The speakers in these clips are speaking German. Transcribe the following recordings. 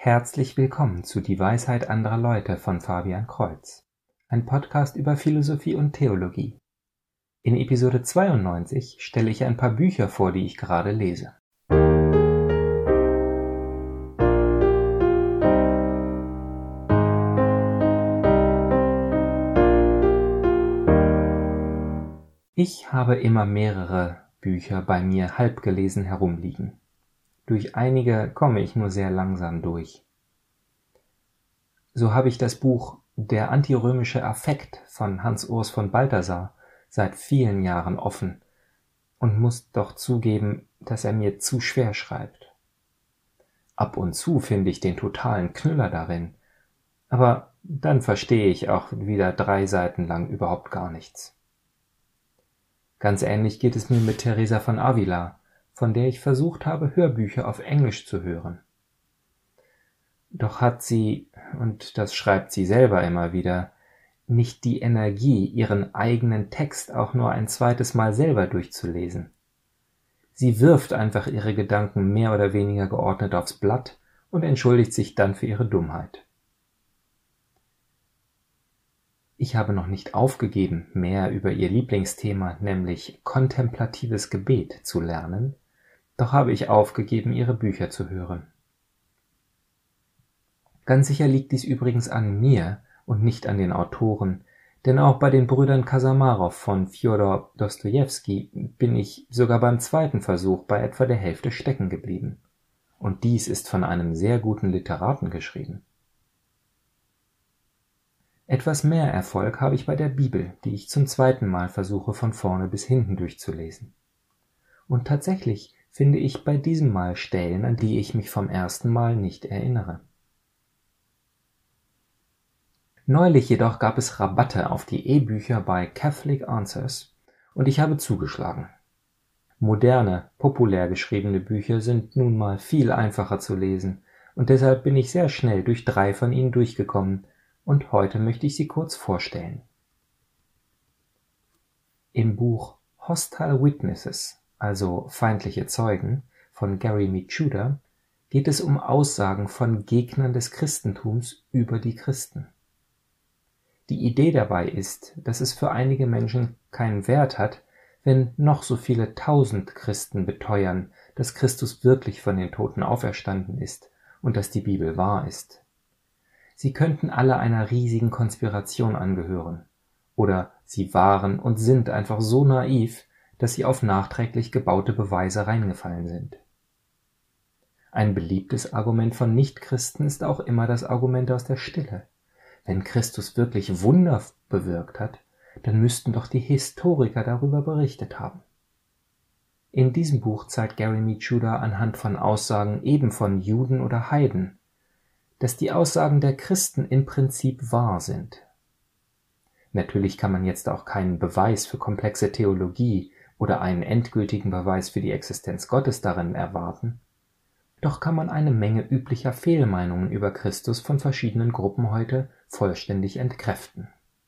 Herzlich willkommen zu Die Weisheit anderer Leute von Fabian Kreuz, ein Podcast über Philosophie und Theologie. In Episode 92 stelle ich ein paar Bücher vor, die ich gerade lese. Ich habe immer mehrere Bücher bei mir halb gelesen herumliegen. Durch einige komme ich nur sehr langsam durch. So habe ich das Buch Der antirömische Affekt von Hans Urs von Balthasar seit vielen Jahren offen und muss doch zugeben, dass er mir zu schwer schreibt. Ab und zu finde ich den totalen Knüller darin, aber dann verstehe ich auch wieder 3 Seiten lang überhaupt gar nichts. Ganz ähnlich geht es mir mit Teresa von Avila, von der ich versucht habe, Hörbücher auf Englisch zu hören. Doch hat sie, und das schreibt sie selber immer wieder, nicht die Energie, ihren eigenen Text auch nur ein zweites Mal selber durchzulesen. Sie wirft einfach ihre Gedanken mehr oder weniger geordnet aufs Blatt und entschuldigt sich dann für ihre Dummheit. Ich habe noch nicht aufgegeben, mehr über ihr Lieblingsthema, nämlich kontemplatives Gebet, zu lernen, doch habe ich aufgegeben, ihre Bücher zu hören. Ganz sicher liegt dies übrigens an mir und nicht an den Autoren, denn auch bei den Brüdern Kasamarow von Fjodor Dostojewski bin ich sogar beim 2. Versuch bei etwa der Hälfte stecken geblieben. Und dies ist von einem sehr guten Literaten geschrieben. Etwas mehr Erfolg habe ich bei der Bibel, die ich zum 2. Mal versuche, von vorne bis hinten durchzulesen. Und tatsächlich finde ich bei diesem Mal Stellen, an die ich mich vom ersten Mal nicht erinnere. Neulich jedoch gab es Rabatte auf die E-Bücher bei Catholic Answers und ich habe zugeschlagen. Moderne, populär geschriebene Bücher sind nun mal viel einfacher zu lesen und deshalb bin ich sehr schnell durch 3 von ihnen durchgekommen und heute möchte ich sie kurz vorstellen. Im Buch Hostile Witnesses, also feindliche Zeugen, von Gary Michuda geht es um Aussagen von Gegnern des Christentums über die Christen. Die Idee dabei ist, dass es für einige Menschen keinen Wert hat, wenn noch so viele 1000 Christen beteuern, dass Christus wirklich von den Toten auferstanden ist und dass die Bibel wahr ist. Sie könnten alle einer riesigen Konspiration angehören, oder sie waren und sind einfach so naiv, dass sie auf nachträglich gebaute Beweise reingefallen sind. Ein beliebtes Argument von Nichtchristen ist auch immer das Argument aus der Stille. Wenn Christus wirklich Wunder bewirkt hat, dann müssten doch die Historiker darüber berichtet haben. In diesem Buch zeigt Gary Michuda anhand von Aussagen eben von Juden oder Heiden, dass die Aussagen der Christen im Prinzip wahr sind. Natürlich kann man jetzt auch keinen Beweis für komplexe Theologie oder einen endgültigen Beweis für die Existenz Gottes darin erwarten, doch kann man eine Menge üblicher Fehlmeinungen über Christus von verschiedenen Gruppen heute vollständig entkräften.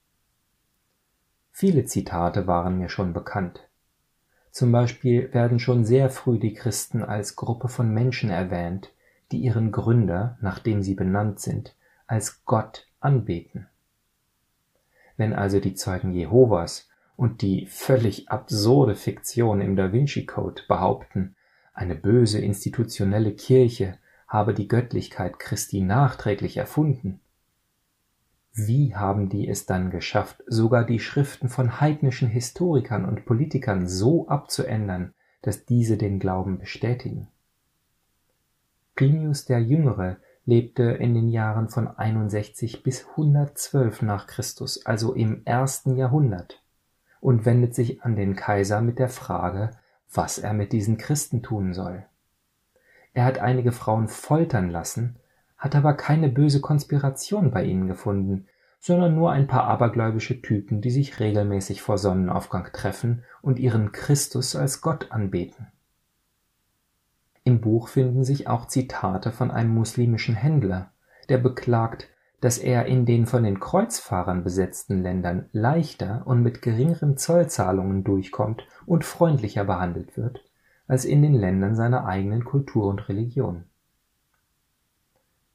Viele Zitate waren mir schon bekannt. Zum Beispiel werden schon sehr früh die Christen als Gruppe von Menschen erwähnt, die ihren Gründer, nachdem sie benannt sind, als Gott anbeten. Wenn also die Zeugen Jehovas und die völlig absurde Fiktion im Da Vinci Code behaupten, eine böse institutionelle Kirche habe die Göttlichkeit Christi nachträglich erfunden, wie haben die es dann geschafft, sogar die Schriften von heidnischen Historikern und Politikern so abzuändern, dass diese den Glauben bestätigen? Plinius der Jüngere lebte in den Jahren von 61 bis 112 nach Christus, also im 1. Jahrhundert, und wendet sich an den Kaiser mit der Frage, was er mit diesen Christen tun soll. Er hat einige Frauen foltern lassen, hat aber keine böse Konspiration bei ihnen gefunden, sondern nur ein paar abergläubische Typen, die sich regelmäßig vor Sonnenaufgang treffen und ihren Christus als Gott anbeten. Im Buch finden sich auch Zitate von einem muslimischen Händler, der beklagt, dass er in den von den Kreuzfahrern besetzten Ländern leichter und mit geringeren Zollzahlungen durchkommt und freundlicher behandelt wird, als in den Ländern seiner eigenen Kultur und Religion.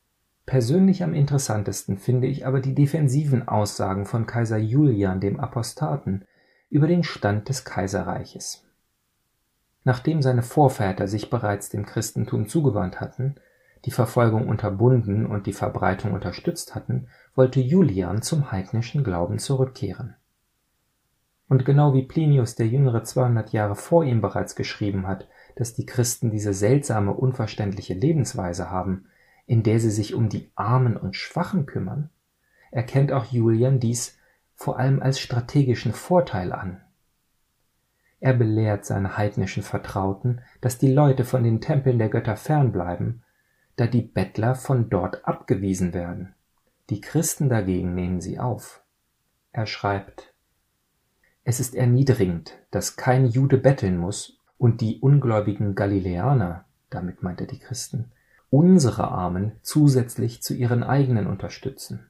Persönlich am interessantesten finde ich aber die defensiven Aussagen von Kaiser Julian dem Apostaten über den Stand des Kaiserreiches. Nachdem seine Vorväter sich bereits dem Christentum zugewandt hatten, die Verfolgung unterbunden und die Verbreitung unterstützt hatten, wollte Julian zum heidnischen Glauben zurückkehren. Und genau wie Plinius der Jüngere 200 Jahre vor ihm bereits geschrieben hat, dass die Christen diese seltsame, unverständliche Lebensweise haben, in der sie sich um die Armen und Schwachen kümmern, erkennt auch Julian dies vor allem als strategischen Vorteil an. Er belehrt seine heidnischen Vertrauten, dass die Leute von den Tempeln der Götter fernbleiben, da die Bettler von dort abgewiesen werden. Die Christen dagegen nehmen sie auf. Er schreibt: Es ist erniedrigend, dass kein Jude betteln muss und die ungläubigen Galiläer, damit meint er die Christen, unsere Armen zusätzlich zu ihren eigenen unterstützen.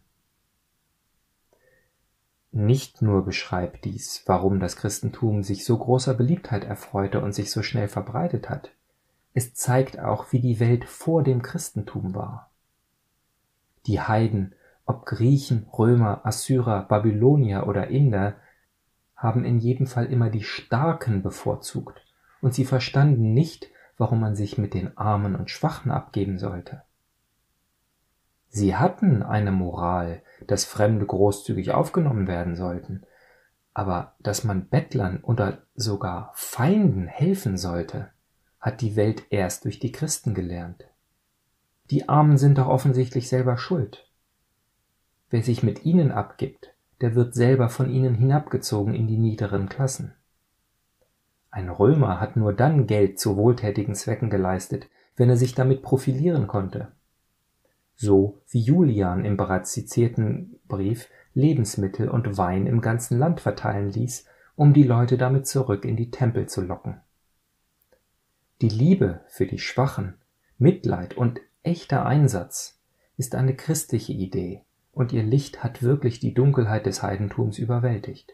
Nicht nur beschreibt dies, warum das Christentum sich so großer Beliebtheit erfreute und sich so schnell verbreitet hat, es zeigt auch, wie die Welt vor dem Christentum war. Die Heiden, ob Griechen, Römer, Assyrer, Babylonier oder Inder, haben in jedem Fall immer die Starken bevorzugt, und sie verstanden nicht, warum man sich mit den Armen und Schwachen abgeben sollte. Sie hatten eine Moral, dass Fremde großzügig aufgenommen werden sollten, aber dass man Bettlern oder sogar Feinden helfen sollte, hat die Welt erst durch die Christen gelernt. Die Armen sind doch offensichtlich selber schuld. Wer sich mit ihnen abgibt, der wird selber von ihnen hinabgezogen in die niederen Klassen. Ein Römer hat nur dann Geld zu wohltätigen Zwecken geleistet, wenn er sich damit profilieren konnte. So wie Julian im bereits zitierten Brief Lebensmittel und Wein im ganzen Land verteilen ließ, um die Leute damit zurück in die Tempel zu locken. Die Liebe für die Schwachen, Mitleid und echter Einsatz ist eine christliche Idee, und ihr Licht hat wirklich die Dunkelheit des Heidentums überwältigt.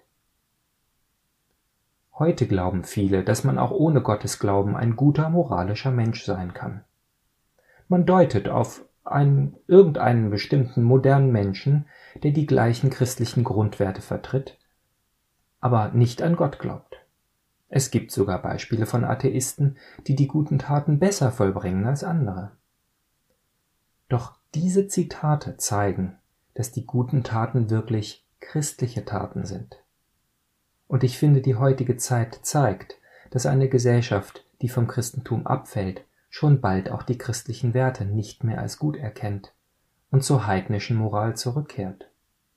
Heute glauben viele, dass man auch ohne Gottes Glauben ein guter moralischer Mensch sein kann. Man deutet auf irgendeinen bestimmten modernen Menschen, der die gleichen christlichen Grundwerte vertritt, aber nicht an Gott glaubt. Es gibt sogar Beispiele von Atheisten, die die guten Taten besser vollbringen als andere. Doch diese Zitate zeigen, dass die guten Taten wirklich christliche Taten sind. Und ich finde, die heutige Zeit zeigt, dass eine Gesellschaft, die vom Christentum abfällt, schon bald auch die christlichen Werte nicht mehr als gut erkennt und zur heidnischen Moral zurückkehrt.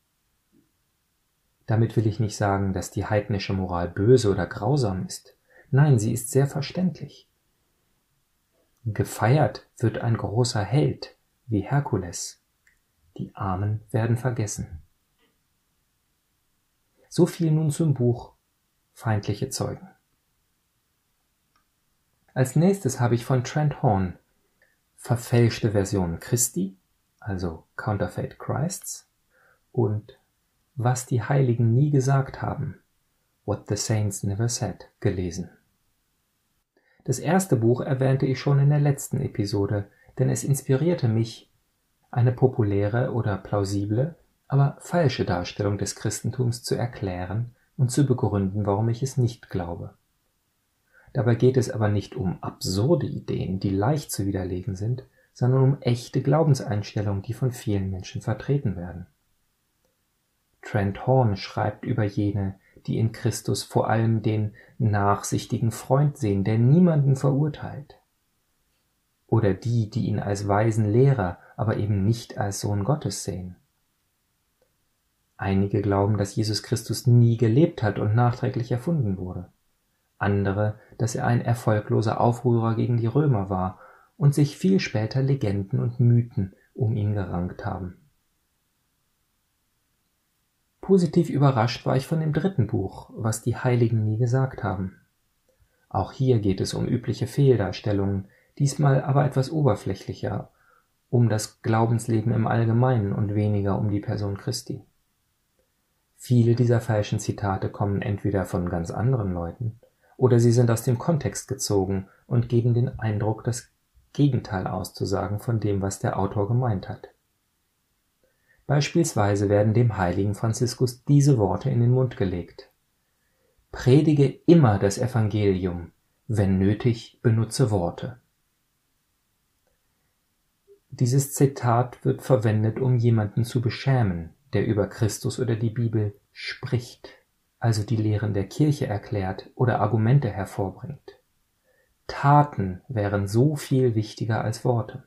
Damit will ich nicht sagen, dass die heidnische Moral böse oder grausam ist. Nein, sie ist sehr verständlich. Gefeiert wird ein großer Held wie Herkules. Die Armen werden vergessen. So viel nun zum Buch Feindliche Zeugen. Als nächstes habe ich von Trent Horn Verfälschte Versionen Christi, also Counterfeit Christs, und Was die Heiligen nie gesagt haben, What the Saints Never Said, gelesen. Das erste Buch erwähnte ich schon in der letzten Episode, denn es inspirierte mich, eine populäre oder plausible, aber falsche Darstellung des Christentums zu erklären und zu begründen, warum ich es nicht glaube. Dabei geht es aber nicht um absurde Ideen, die leicht zu widerlegen sind, sondern um echte Glaubenseinstellungen, die von vielen Menschen vertreten werden. Trent Horn schreibt über jene, die in Christus vor allem den nachsichtigen Freund sehen, der niemanden verurteilt. Oder die, die ihn als weisen Lehrer, aber eben nicht als Sohn Gottes sehen. Einige glauben, dass Jesus Christus nie gelebt hat und nachträglich erfunden wurde. Andere, dass er ein erfolgloser Aufrührer gegen die Römer war und sich viel später Legenden und Mythen um ihn gerankt haben. Positiv überrascht war ich von dem dritten Buch, Was die Heiligen nie gesagt haben. Auch hier geht es um übliche Fehldarstellungen, diesmal aber etwas oberflächlicher, um das Glaubensleben im Allgemeinen und weniger um die Person Christi. Viele dieser falschen Zitate kommen entweder von ganz anderen Leuten, oder sie sind aus dem Kontext gezogen und geben den Eindruck, das Gegenteil auszusagen von dem, was der Autor gemeint hat. Beispielsweise werden dem heiligen Franziskus diese Worte in den Mund gelegt: Predige immer das Evangelium, wenn nötig, benutze Worte. Dieses Zitat wird verwendet, um jemanden zu beschämen, der über Christus oder die Bibel spricht, also die Lehren der Kirche erklärt oder Argumente hervorbringt. Taten wären so viel wichtiger als Worte.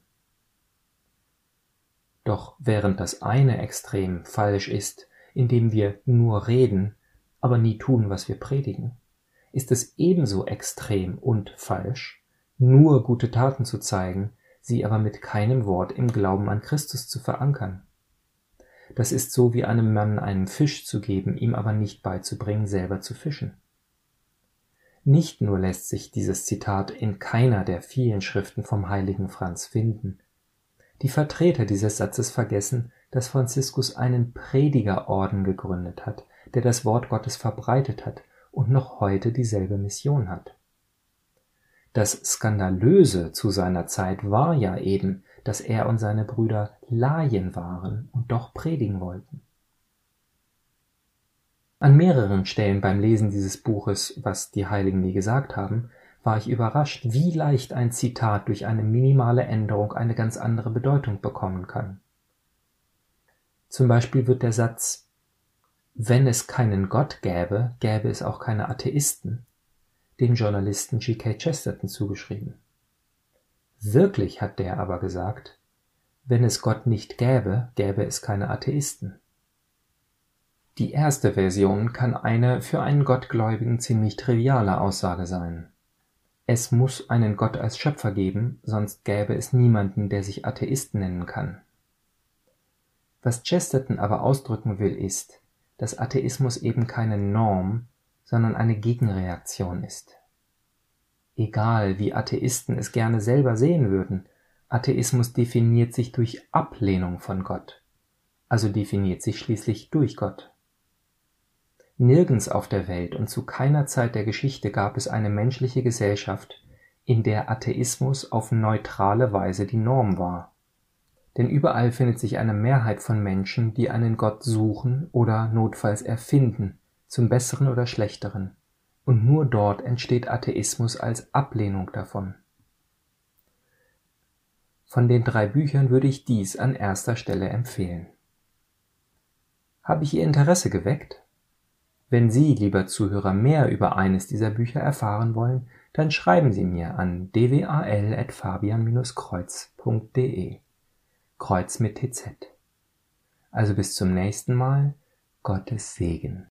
Doch während das eine Extrem falsch ist, indem wir nur reden, aber nie tun, was wir predigen, ist es ebenso extrem und falsch, nur gute Taten zu zeigen, sie aber mit keinem Wort im Glauben an Christus zu verankern. Das ist so, wie einem Mann einen Fisch zu geben, ihm aber nicht beizubringen, selber zu fischen. Nicht nur lässt sich dieses Zitat in keiner der vielen Schriften vom heiligen Franz finden. Die Vertreter dieses Satzes vergessen, dass Franziskus einen Predigerorden gegründet hat, der das Wort Gottes verbreitet hat und noch heute dieselbe Mission hat. Das Skandalöse zu seiner Zeit war ja eben, dass er und seine Brüder Laien waren und doch predigen wollten. An mehreren Stellen beim Lesen dieses Buches, was die Heiligen mir gesagt haben, war ich überrascht, wie leicht ein Zitat durch eine minimale Änderung eine ganz andere Bedeutung bekommen kann. Zum Beispiel wird der Satz »Wenn es keinen Gott gäbe, gäbe es auch keine Atheisten« dem Journalisten G.K. Chesterton zugeschrieben. Wirklich hat der aber gesagt, wenn es Gott nicht gäbe, gäbe es keine Atheisten. Die erste Version kann eine für einen Gottgläubigen ziemlich triviale Aussage sein. Es muss einen Gott als Schöpfer geben, sonst gäbe es niemanden, der sich Atheist nennen kann. Was Chesterton aber ausdrücken will, ist, dass Atheismus eben keine Norm, sondern eine Gegenreaktion ist. Egal, wie Atheisten es gerne selber sehen würden, Atheismus definiert sich durch Ablehnung von Gott, also definiert sich schließlich durch Gott. Nirgends auf der Welt und zu keiner Zeit der Geschichte gab es eine menschliche Gesellschaft, in der Atheismus auf neutrale Weise die Norm war. Denn überall findet sich eine Mehrheit von Menschen, die einen Gott suchen oder notfalls erfinden, zum Besseren oder Schlechteren, und nur dort entsteht Atheismus als Ablehnung davon. Von den 3 Büchern würde ich dies an erster Stelle empfehlen. Habe ich Ihr Interesse geweckt? Wenn Sie, lieber Zuhörer, mehr über eines dieser Bücher erfahren wollen, dann schreiben Sie mir an dwl@fabian-kreuz.de. Kreuz mit TZ. Also bis zum nächsten Mal, Gottes Segen.